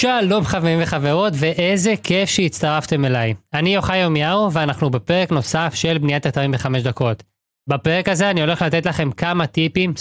שלום חברים וחברות, ואיזה כיף שהצטרפתם אליי. אני יוחאי ירמיהו ואנחנו בפרק נוסף של בניית אתרים ב5 דקות. בפרק הזה אני הולך לתת לכם כמה טיפים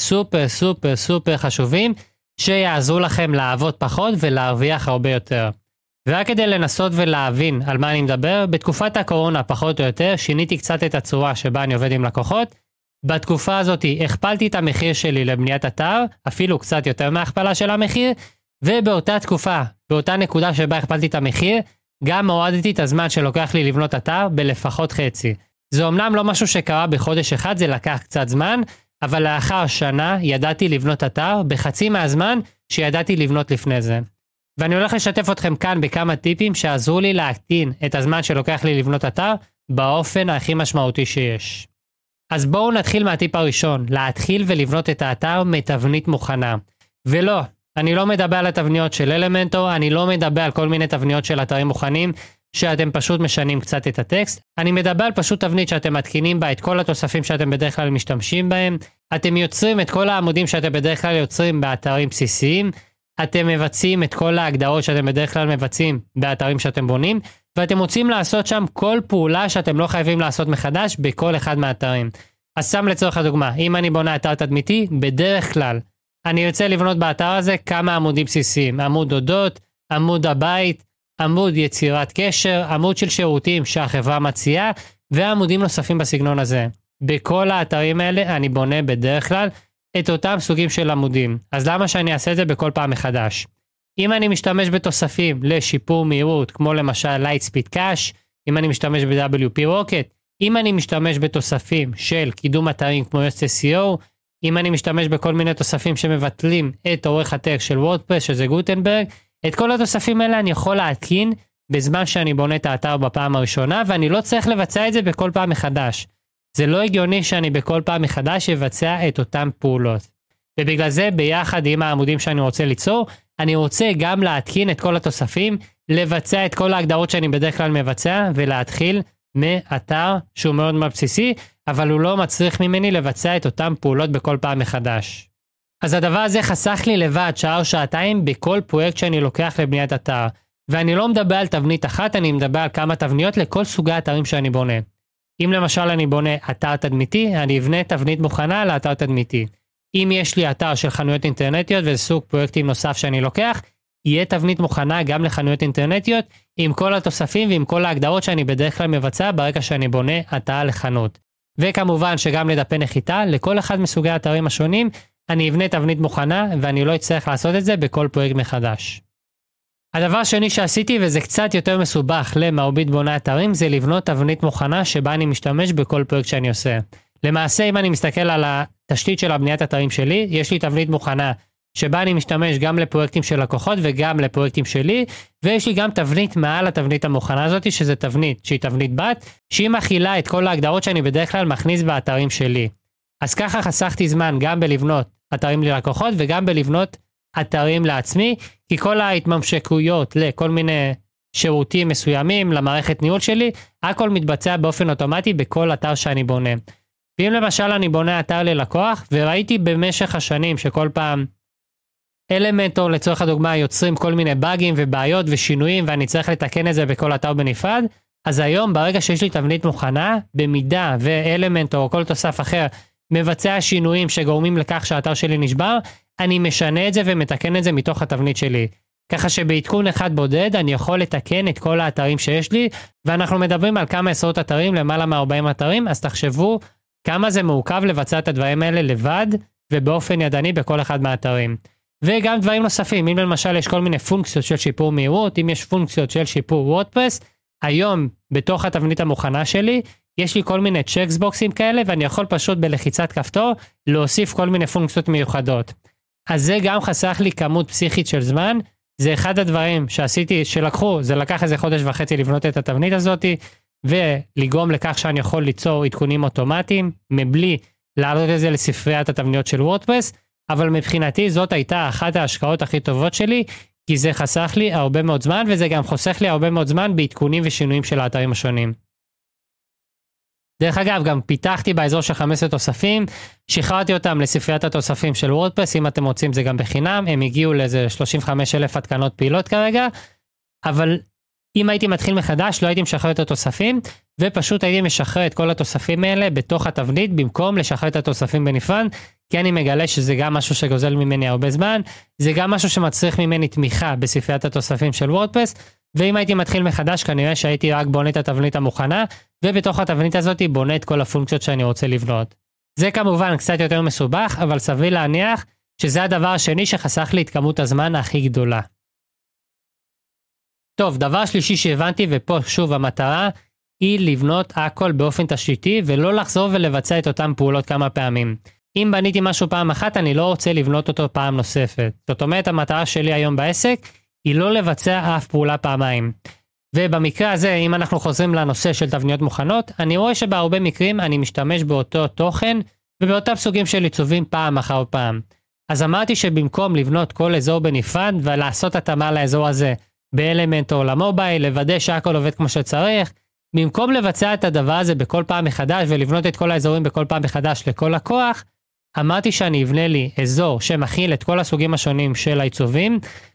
סופר חשובים שיעזרו לכם לעבוד פחות ולהרוויח הרבה יותר. ורק כדי לנסות ולהבין על מה אני מדבר, בתקופת הקורונה פחות או יותר שיניתי קצת את הצורה שבה אני עובד עם לקוחות. בתקופה הזאת הכפלתי את המחיר שלי לבניית אתר, אפילו קצת יותר מהכפלה של המחיר, ובאותה תקופה, באותה נקודה שבה הכפלתי את המחיר, גם הורדתי את הזמן שלוקח לי לבנות אתר בלפחות חצי. זה אומנם לא משהו שקרה בחודש אחד, זה לקח קצת זמן, אבל לאחר שנה ידעתי לבנות אתר בחצי מהזמן שידעתי לבנות לפני זה. ואני הולך לשתף אתכם כאן בכמה טיפים שעזרו לי להקטין את הזמן שלוקח לי לבנות אתר באופן הכי משמעותי שיש. אז בואו נתחיל מהטיפ הראשון, להתחיל ולבנות את האתר מתבנית מוכנה. ולא, אני לא מדבר על התבניות של אלמנטור, אני לא מדבר על כל מיני תבניות של אתרים מוכנים, שאתם פשוט משנים קצת את הטקסט. אני מדבר על פשוט תבנית שאתם מתקינים בה את כל התוספים שאתם בדרך כלל משתמשים בהם, אתם יוצרים את כל העמודים שאתם בדרך כלל יוצרים באתרים בסיסיים, אתם מבצעים את כל ההגדרות שאתם בדרך כלל מבצעים באתרים שאתם בונים, ואתם רוצים לעשות שם כל פעולה שאתם לא חייבים לעשות מחדש בכל אחד מהאתרים. אז שם לצורך הדוגמה, אם אני בונה אתר תדמיתי, בדרך כלל, אני רוצה לבנות באתר הזה כמה עמודים בסיסיים, עמוד הודות, עמוד הבית, עמוד יצירת קשר, עמוד של שירותים שהחברה מציעה, ועמודים נוספים בסגנון הזה. בכל האתרים האלה אני בונה בדרך כלל את אותם סוגים של עמודים. אז למה שאני אעשה את זה בכל פעם מחדש? אם אני משתמש בתוספים לשיפור מהירות, כמו למשל Lightspeed Cache, אם אני משתמש ב-WP Rocket, אם אני משתמש בתוספים של קידום אתרים כמו SEO, אם אני משתמש בכל מיני תוספים שמבטלים את עורך הטקסט של וורדפרס, שזה גוטנברג, את כל התוספים האלה אני יכול להתקין בזמן שאני בונה את האתר בפעם הראשונה, ואני לא צריך לבצע את זה בכל פעם מחדש. זה לא הגיוני שאני בכל פעם מחדש אבצע את אותם פעולות. ובגלל זה ביחד עם העמודים שאני רוצה ליצור, אני רוצה גם להתקין את כל התוספים, לבצע את כל ההגדרות שאני בדרך כלל מבצע, ולהתחיל מאתר שהוא מאוד בסיסי, אבל הוא לא מצריך ממני לבצע את אותם פעולות בכל פעם מחדש. אז הדבר הזה חסך לי לבד שעה או שעתיים בכל פרויקט שאני לוקח לבניית אתר. ואני לא מדבר על תבנית אחת, אני מדבר על כמה תבניות לכל סוגי האתרים שאני בונה. אם למשל אני בונה אתר תדמיתי, אני אבנה תבנית מוכנה לאתר תדמיתי. אם יש לי אתר של חנויות אינטרנטיות וזה סוג פרויקטים נוסף שאני לוקח, יהיה תבנית מוכנה גם לחנויות אינטרנטיות עם כל התוספים ועם כל ההגדרות שאני בדרך כלל מבצע ברגע שאני בונה אתר לחנות. וכמובן שגם לדפי נחיתה, לכל אחד מסוגי האתרים השונים, אני אבנה תבנית מוכנה ואני לא אצטרך לעשות את זה בכל פרויקט מחדש. הדבר שני שעשיתי, וזה קצת יותר מסובך למרבית בוני אתרים, זה לבנות תבנית מוכנה שבה אני משתמש בכל פרויקט שאני עושה. למעשה, אם אני מסתכל על התשתית של הבניית אתרים שלי, יש לי תבנית מוכנה שבה אני משתמש גם לפרויקטים של לקוחות וגם לפרויקטים שלי, ויש לי גם תבנית מעל התבנית המוכנה הזאת, שזה תבנית שהיא תבנית בת, שהיא מכילה את כל ההגדרות שאני בדרך כלל מכניס באתרים שלי. אז ככה חסכתי זמן גם בלבנות אתרים ללקוחות וגם בלבנות אתרים לעצמי, כי כל ההתממשקויות לכל מיני שירותים מסוימים למערכת ניהול שלי, הכל מתבצע באופן אוטומטי בכל אתר שאני בונה. ואם למשל אני בונה אתר ללקוח, וראיתי במשך השנים שכל פעם אלמנטור לצורך הדוגמה יוצרים כל מיני באגים ובעיות ושינויים, ואני צריך לתקן את זה בכל אתר בנפרד, אז היום ברגע שיש לי תבנית מוכנה, במידה ואלמנטור או כל תוסף אחר מבצע שינויים שגורמים לכך שהאתר שלי נשבר, אני משנה את זה ומתקן את זה מתוך התבנית שלי. ככה שבעדכון אחד בודד אני יכול לתקן את כל האתרים שיש לי, ואנחנו מדברים על כמה עשרות אתרים, למעלה מ-40 אתרים, אז תחשבו כמה זה מורכב לבצע את הדברים האלה לבד ובאופן ידני בכל אחד מהאתרים. וגם דברים נוספים, אם למשל יש כל מיני פונקציות של שיפור מהירות, אם יש פונקציות של שיפור וורדפרס, היום בתוך התבנית המוכנה שלי, יש לי כל מיני צ'קסבוקסים כאלה, ואני יכול פשוט בלחיצת כפתור להוסיף כל מיני פונקציות מיוחדות. אז זה גם חסך לי כמות פסיכית של זמן, זה אחד הדברים שעשיתי, זה לקח איזה חודש וחצי לבנות את התבנית הזאת, ולגרום לכך שאני יכול ליצור עדכונים אוטומטיים, מבלי להעלות את זה לספריית התבניות של וורדפרס, אבל מבחינתי זאת הייתה אחת ההשקעות הכי טובות שלי, כי זה חסך לי הרבה מאוד זמן, וזה גם חוסך לי הרבה מאוד זמן בעדכונים ושינויים של האתרים השונים. דרך אגב, גם פיתחתי באזור של 15 תוספים, שחררתי אותם לספריית התוספים של וורדפרס, אם אתם רוצים זה גם בחינם, הם הגיעו לאיזה 35,000 התקנות פעילות כרגע, אבל אם הייתי מתחיל מחדש, לא הייתי משחרר את התוספים, ופשוט הייתי משחרר את כל התוספים האלה בתוך התבנית, במקום לשחרר את התוספים בנפרד, כי אני מגלה שזה גם משהו שגוזל ממני הרבה זמן, זה גם משהו שמצריך ממני תמיכה בספריית התוספים של וורדפרס, ואם הייתי מתחיל מחדש, כנראה שהייתי רק בונה את התבנית המוכנה, ובתוך התבנית הזאת בונה את כל הפונקציות שאני רוצה לבנות. זה כמובן קצת יותר מסובך, אבל סביר להניח שזה הדבר השני שחסך לי את כמות הזמן הכי גדולה. טוב, דבר שלישי שהבנתי, ופה שוב המטרה, היא לבנות הכל באופן תשתיתי, ולא לחזור ולבצע את אותם פעולות כמה פעמים. אם בניתי משהו פעם אחת, אני לא רוצה לבנות אותו פעם נוספת. זאת אומרת, המטרה שלי היום בעסק, היא לא לבצע אף פעולה פעמיים. ובמקרה הזה, אם אנחנו חוזרים לנושא של תבניות מוכנות, אני רואה שבהרבה מקרים אני משתמש באותו תוכן, ובאותם סוגים של עיצובים פעם אחר פעם. אז אמרתי שבמקום לבנות כל אזור בנפרד, ולעשות התאמה לאזור הזה, באלמנטור למובייל, לוודא שהכל עובד כמו שצריך, במקום לבצע את הדבר הזה בכל פעם מחדש, ולבנות את כל האזורים בכל פעם מחדש לכל לקוח, אמרתי שאני אבנה לי אזור שמכיל את כל הסוגים השונים של העיצובים.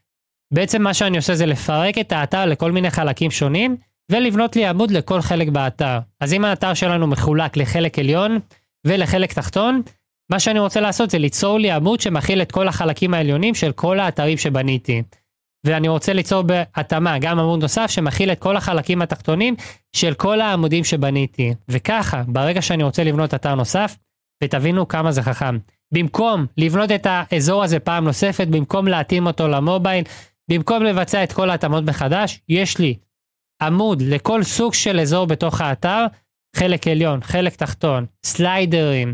בעצם מה שאני עושה זה לפרק את האתר לכל מיני חלקים שונים, ולבנות לי עמוד לכל חלק באתר. אז אם האתר שלנו מחולק לחלק עליון ולחלק תחתון, מה שאני רוצה לעשות זה ליצור לי עמוד שמכיל את כל החלקים העליונים של כל האתרים שבניתי. ואני רוצה ליצור בהתאמה גם עמוד נוסף שמכיל את כל החלקים התחתונים של כל העמודים שבניתי. וככה, ברגע שאני רוצה לבנות אתר נוסף, ותבינו כמה זה חכם. במקום לבנות את האזור הזה פעם נוספת, במקום להתאים אותו למובייל, במקום לבצע את כל ההתאמות מחדש, יש לי עמוד לכל סוג של אזור בתוך האתר, חלק עליון, חלק תחתון, סליידרים,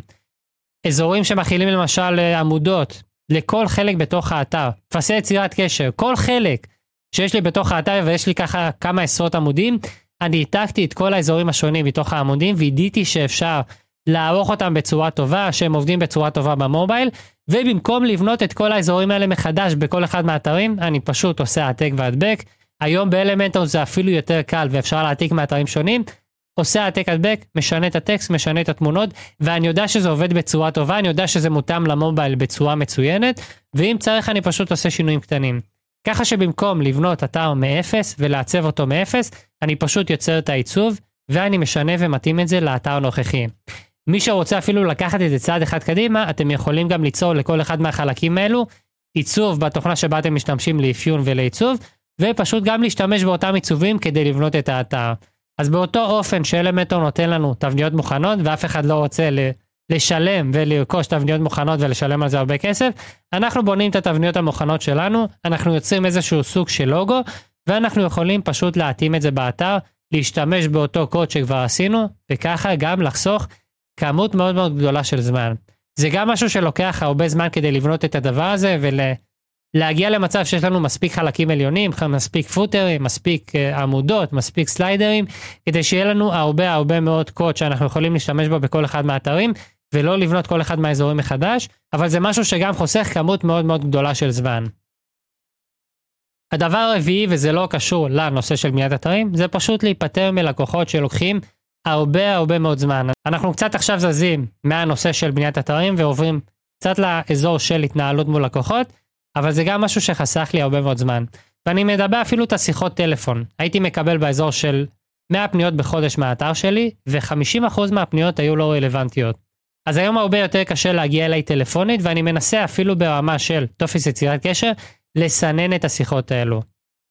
אזורים שמכילים למשל עמודות, לכל חלק בתוך האתר, תפסי יצירת קשר, כל חלק שיש לי בתוך האתר, ויש לי ככה כמה עשרות עמודים, אני העתקתי את כל האזורים השונים בתוך העמודים, וידעתי שאפשר לערוך אותם בצורה טובה, שהם עובדים בצורה טובה במובייל, ובמקום לבנות את כל האזורים האלה מחדש בכל אחד מהאתרים, אני פשוט עושה העתק והדבק. היום באלמנטור זה אפילו יותר קל, ואפשר להעתיק מאתרים שונים, עושה העתק הדבק, משנה את הטקסט, משנה את התמונות, ואני יודע שזה עובד בצורה טובה, אני יודע שזה מותאם למובייל בצורה מצוינת, ואם צריך אני פשוט עושה שינויים קטנים. ככה שבמקום לבנות אתר מאפס ולעצב אותו מאפס, אני פשוט יוצר את העיצוב, ואני משנה ומתאים את זה לאתר הנוכחי. מי שרוצה אפילו לקחת את זה צעד אחד קדימה, אתם יכולים גם ליצור לכל אחד מהחלקים האלו, עיצוב בתוכנה שבה אתם משתמשים לאפיון ולעיצוב, ופשוט גם להשתמש באותם עיצובים כדי לבנות את האתר. אז באותו אופן שאלמנטור נותן לנו תבניות מוכנות, ואף אחד לא רוצה לשלם ולרכוש תבניות מוכנות ולשלם על זה הרבה כסף, אנחנו בונים את התבניות המוכנות שלנו, אנחנו יוצרים איזשהו סוג של לוגו, ואנחנו יכולים פשוט להתאים את זה באתר, להשתמש באותו קוד שכבר עשינו, וככה גם לחסוך כמות מאוד מאוד גדולה של זמן. זה גם משהו שלוקח הרבה זמן כדי לבנות את הדבר הזה, ולהגיע למצב שיש לנו מספיק חלקים עליונים, מספיק פוטרים, מספיק עמודות, מספיק סליידרים, כדי שיהיה לנו הרבה מאוד קוד שאנחנו יכולים להשתמש בו בכל אחד מהאתרים, ולא לבנות כל אחד מהאזורים מחדש, אבל זה משהו שגם חוסך כמות מאוד מאוד גדולה של זמן. הדבר הרביעי, וזה לא קשור לנושא של בניית אתרים, זה פשוט להיפטר מלקוחות שלוקחים הרבה מאוד זמן. אנחנו קצת עכשיו זזים מהנושא של בניית אתרים ועוברים קצת לאזור של התנהלות מול לקוחות, אבל זה גם משהו שחסך לי הרבה מאוד זמן. ואני מדבר אפילו את השיחות טלפון. הייתי מקבל באזור של 100 פניות בחודש מהאתר שלי, ו50% מהפניות היו לא רלוונטיות. אז היום הרבה יותר קשה להגיע אליי טלפונית, ואני מנסה אפילו ברמה של טופס יצירת קשר, לסנן את השיחות האלו.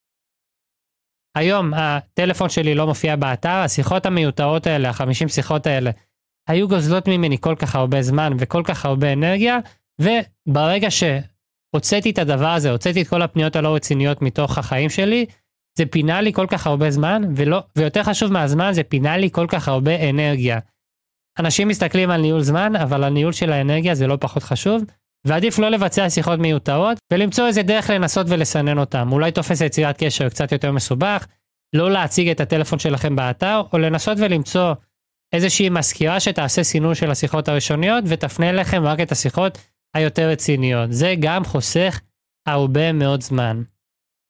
היום הטלפון שלי לא מופיע באתר, השיחות המיותרות האלה, 50 שיחות האלה, היו גוזלות ממני כל כך הרבה זמן וכל כך הרבה אנרגיה, וברגע שהוצאתי את הדבר הזה, הוצאתי את כל הפניות הלא רציניות מתוך החיים שלי, זה פינה לי כל כך הרבה זמן, ויותר חשוב מהזמן, זה פינה לי כל כך הרבה אנרגיה. אנשים מסתכלים על ניהול זמן, אבל הניהול של האנרגיה זה לא פחות חשוב, ועדיף לא לבצע שיחות מיותרות, ולמצוא איזה דרך לנסות ולסנן אותם. אולי תופס יצירת קשר קצת יותר מסובך, לא להציג את הטלפון שלכם באתר, או לנסות ולמצוא איזושהי מזכירה שתעשה סינון של השיחות הראשוניות, ותפנה לכם רק את השיחות היותר רציניות. זה גם חוסך הרבה מאוד זמן.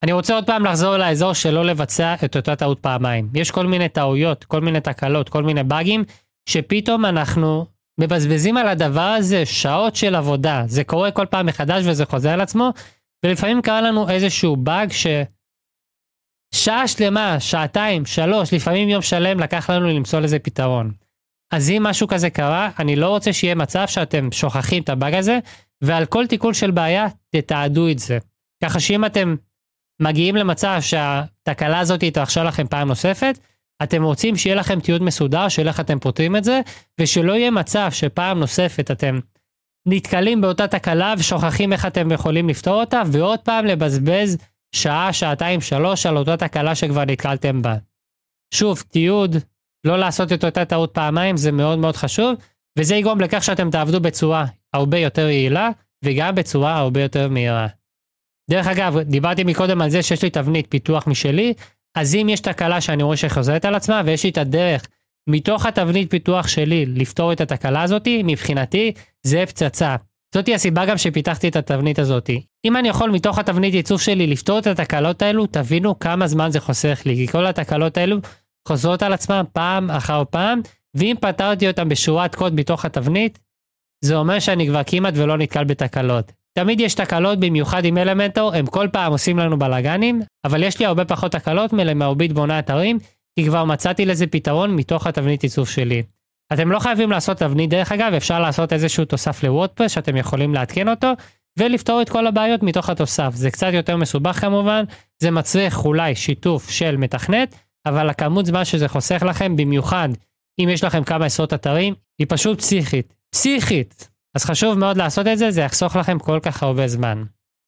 אני רוצה עוד פעם לחזור לאזור שלא לבצע את אותה טעות פעמיים. יש כל מיני טעויות, כל מיני תקלות, כל מיני באגים, שפתאום אנחנו מבזבזים על הדבר הזה שעות של עבודה. זה קורה כל פעם מחדש וזה חוזר על עצמו, ולפעמים קרה לנו איזשהו באג שעה שלמה, שעתיים, 3, לפעמים יום שלם לקח לנו למצוא לזה פתרון. אז אם משהו כזה קרה, אני לא רוצה שיהיה מצב שאתם שוכחים את הבאג הזה, ועל כל תיקון של בעיה תתעדו את זה. ככה שאם אתם מגיעים למצב שהתקלה הזאת יתרחשה לכם פעם נוספת, אתם רוצים שיהיה לכם תיעוד מסודר של איך אתם פותרים את זה, ושלא יהיה מצב שפעם נוספת אתם נתקלים באותה תקלה ושוכחים איך אתם יכולים לפתור אותה, ועוד פעם לבזבז שעה, שעתיים, 3 על אותה תקלה שכבר נתקלתם בה. שוב, תיעוד, לא לעשות את אותה טעות פעמיים, זה מאוד מאוד חשוב, וזה יגרום לכך שאתם תעבדו בצורה הרבה יותר יעילה, וגם בצורה הרבה יותר מהירה. דרך אגב, דיברתי מקודם על זה שיש לי תבנית פיתוח משלי, אז אם יש תקלה שאני רואה שחוזרת על עצמה, ויש לי את הדרך מתוך התבנית פיתוח שלי לפתור את התקלה הזאת, מבחינתי זה פצצה. זאת היא הסיבה גם שפיתחתי את התבנית הזאת. אם אני יכול מתוך התבנית ייצוב שלי לפתור את התקלות האלו, תבינו כמה זמן זה חוסך לי, כי כל התקלות האלו חוזרות על עצמם פעם אחר פעם, ואם פתרתי אותם בשורת קוד מתוך התבנית, זה אומר שאני כבר כמעט ולא נתקל בתקלות. תמיד יש תקלות, במיוחד עם אלמנטור, הם כל פעם עושים לנו בלגנים, אבל יש לי הרבה פחות תקלות מלמרבית בוני אתרים, כי כבר מצאתי לזה פתרון מתוך התבנית ייצוב שלי. אתם לא חייבים לעשות תבנית, דרך אגב, אפשר לעשות איזשהו תוסף לוורדפרס שאתם יכולים להתקן אותו, ולפתור את כל הבעיות מתוך התוסף. זה קצת יותר מסובך כמובן, זה מצריך אולי שיתוף של מתכנת, אבל הכמות זמן שזה חוסך לכם, במיוחד אם יש לכם כמה עשרות אתרים, היא פשוט פסיכית. פסיכית! אז חשוב מאוד לעשות את זה, זה יחסוך לכם כל כך הרבה זמן.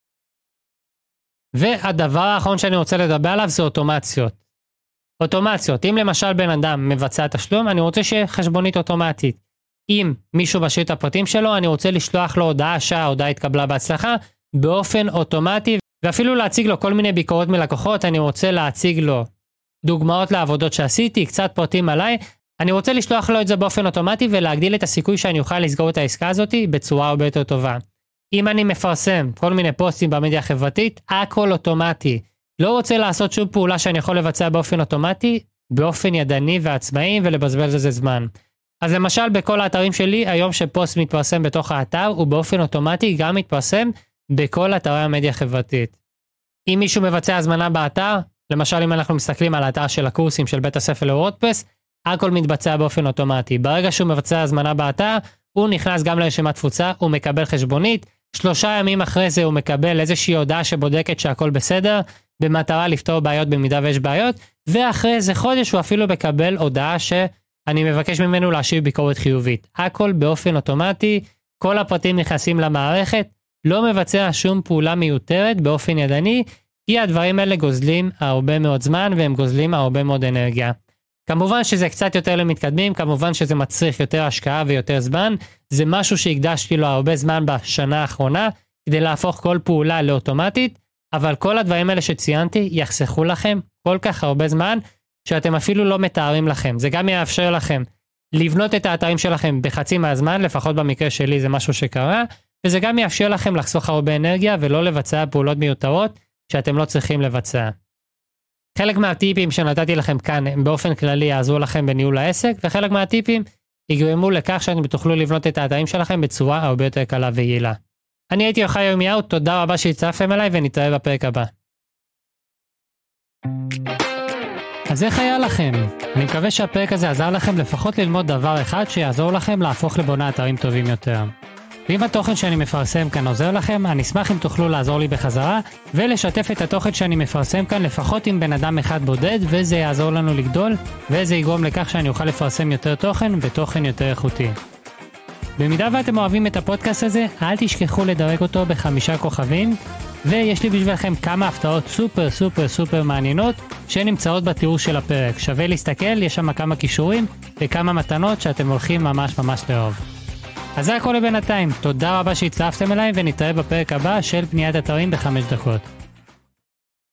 והדבר האחרון שאני רוצה לדבר עליו זה אוטומציות. אוטומציות, אם למשל בן אדם מבצע תשלום, אני רוצה שיהיה חשבונית אוטומטית. אם מישהו משאיר את הפרטים שלו, אני רוצה לשלוח לו הודעה שההודעה התקבלה בהצלחה, באופן אוטומטי, ואפילו להציג לו כל מיני ביקורות מלקוחות, אני רוצה להציג לו דוגמאות לעבודות שעשיתי, קצת פרטים עליי, אני רוצה לשלוח לו את זה באופן אוטומטי ולהגדיל את הסיכוי שאני אוכל לסגור את העסקה הזאת בצורה הרבה יותר טובה. אם אני מפרסם כל מיני פוסטים במדיה החברתית, הכל אוטומטי. לא רוצה לעשות שום פעולה שאני יכול לבצע באופן אוטומטי, באופן ידני ועצמאי ולבזבז לזה זמן. אז למשל בכל האתרים שלי, היום שפוסט מתפרסם בתוך האתר, הוא באופן אוטומטי גם מתפרסם בכל אתרי המדיה החברתית. אם מישהו מבצע הזמנה באתר, למשל אם אנחנו מסתכלים על האתר של הקורסים של בית הספר לוורדפרס, הכל מתבצע באופן אוטומטי. ברגע שהוא מבצע הזמנה באתר, הוא נכנס גם לרשימת תפוצה, הוא מקבל חשבונית, 3 ימים אחרי זה הוא מקבל איזושהי הודעה שבודקת שהכל בסדר, במטרה לפתור בעיות במידה ויש בעיות, ואחרי איזה חודש הוא אפילו מקבל הודעה שאני מבקש ממנו להשיב ביקורת חיובית. הכל באופן אוטומטי, כל הפרטים נכנסים למערכת, לא מבצע שום פעולה מיותרת באופן ידני, כי הדברים האלה גוזלים הרבה מאוד זמן והם גוזלים הרבה מאוד אנרגיה. כמובן שזה קצת יותר למתקדמים, כמובן שזה מצריך יותר השקעה ויותר זמן, זה משהו שהקדשתי לו הרבה זמן בשנה האחרונה, כדי להפוך כל פעולה לאוטומטית, אבל כל הדברים האלה שציינתי יחסכו לכם כל כך הרבה זמן, שאתם אפילו לא מתארים לכם. זה גם יאפשר לכם לבנות את האתרים שלכם בחצי מהזמן, לפחות במקרה שלי זה משהו שקרה, וזה גם יאפשר לכם לחסוך הרבה אנרגיה, ולא לבצע פעולות מיותרות שאתם לא צריכים לבצע. חלק מהטיפים שנתתי לכם כאן הם באופן כללי יעזרו לכם בניהול העסק, וחלק מהטיפים יגרמו לכך שאתם תוכלו לבנות את האתרים שלכם בצורה הרבה יותר קלה ויעילה. אני הייתי יוחאי ירמיהו, תודה רבה שהצטרפתם אליי ונתראה בפרק הבא. אז איך היה לכם? אני מקווה שהפרק הזה עזר לכם לפחות ללמוד דבר אחד שיעזור לכם להפוך לבוני אתרים טובים יותר. ואם התוכן שאני מפרסם כאן עוזר לכם, אני אשמח אם תוכלו לעזור לי בחזרה, ולשתף את התוכן שאני מפרסם כאן לפחות עם בן אדם אחד בודד, וזה יעזור לנו לגדול, וזה יגרום לכך שאני אוכל לפרסם יותר תוכן, ותוכן יותר איכותי. במידה ואתם אוהבים את הפודקאסט הזה, אל תשכחו לדרג אותו ב5 כוכבים, ויש לי בשבילכם כמה הפתעות סופר סופר סופר מעניינות, שנמצאות בתיאור של הפרק. שווה להסתכל, יש שם כמה קישורים, וכמה מתנות שאתם הולכים ממש ממש לאהוב. אז זה הכל לבינתיים, תודה רבה שהצטרפתם אליי ונתראה בפרק הבא של בניית אתרים ב5 דקות.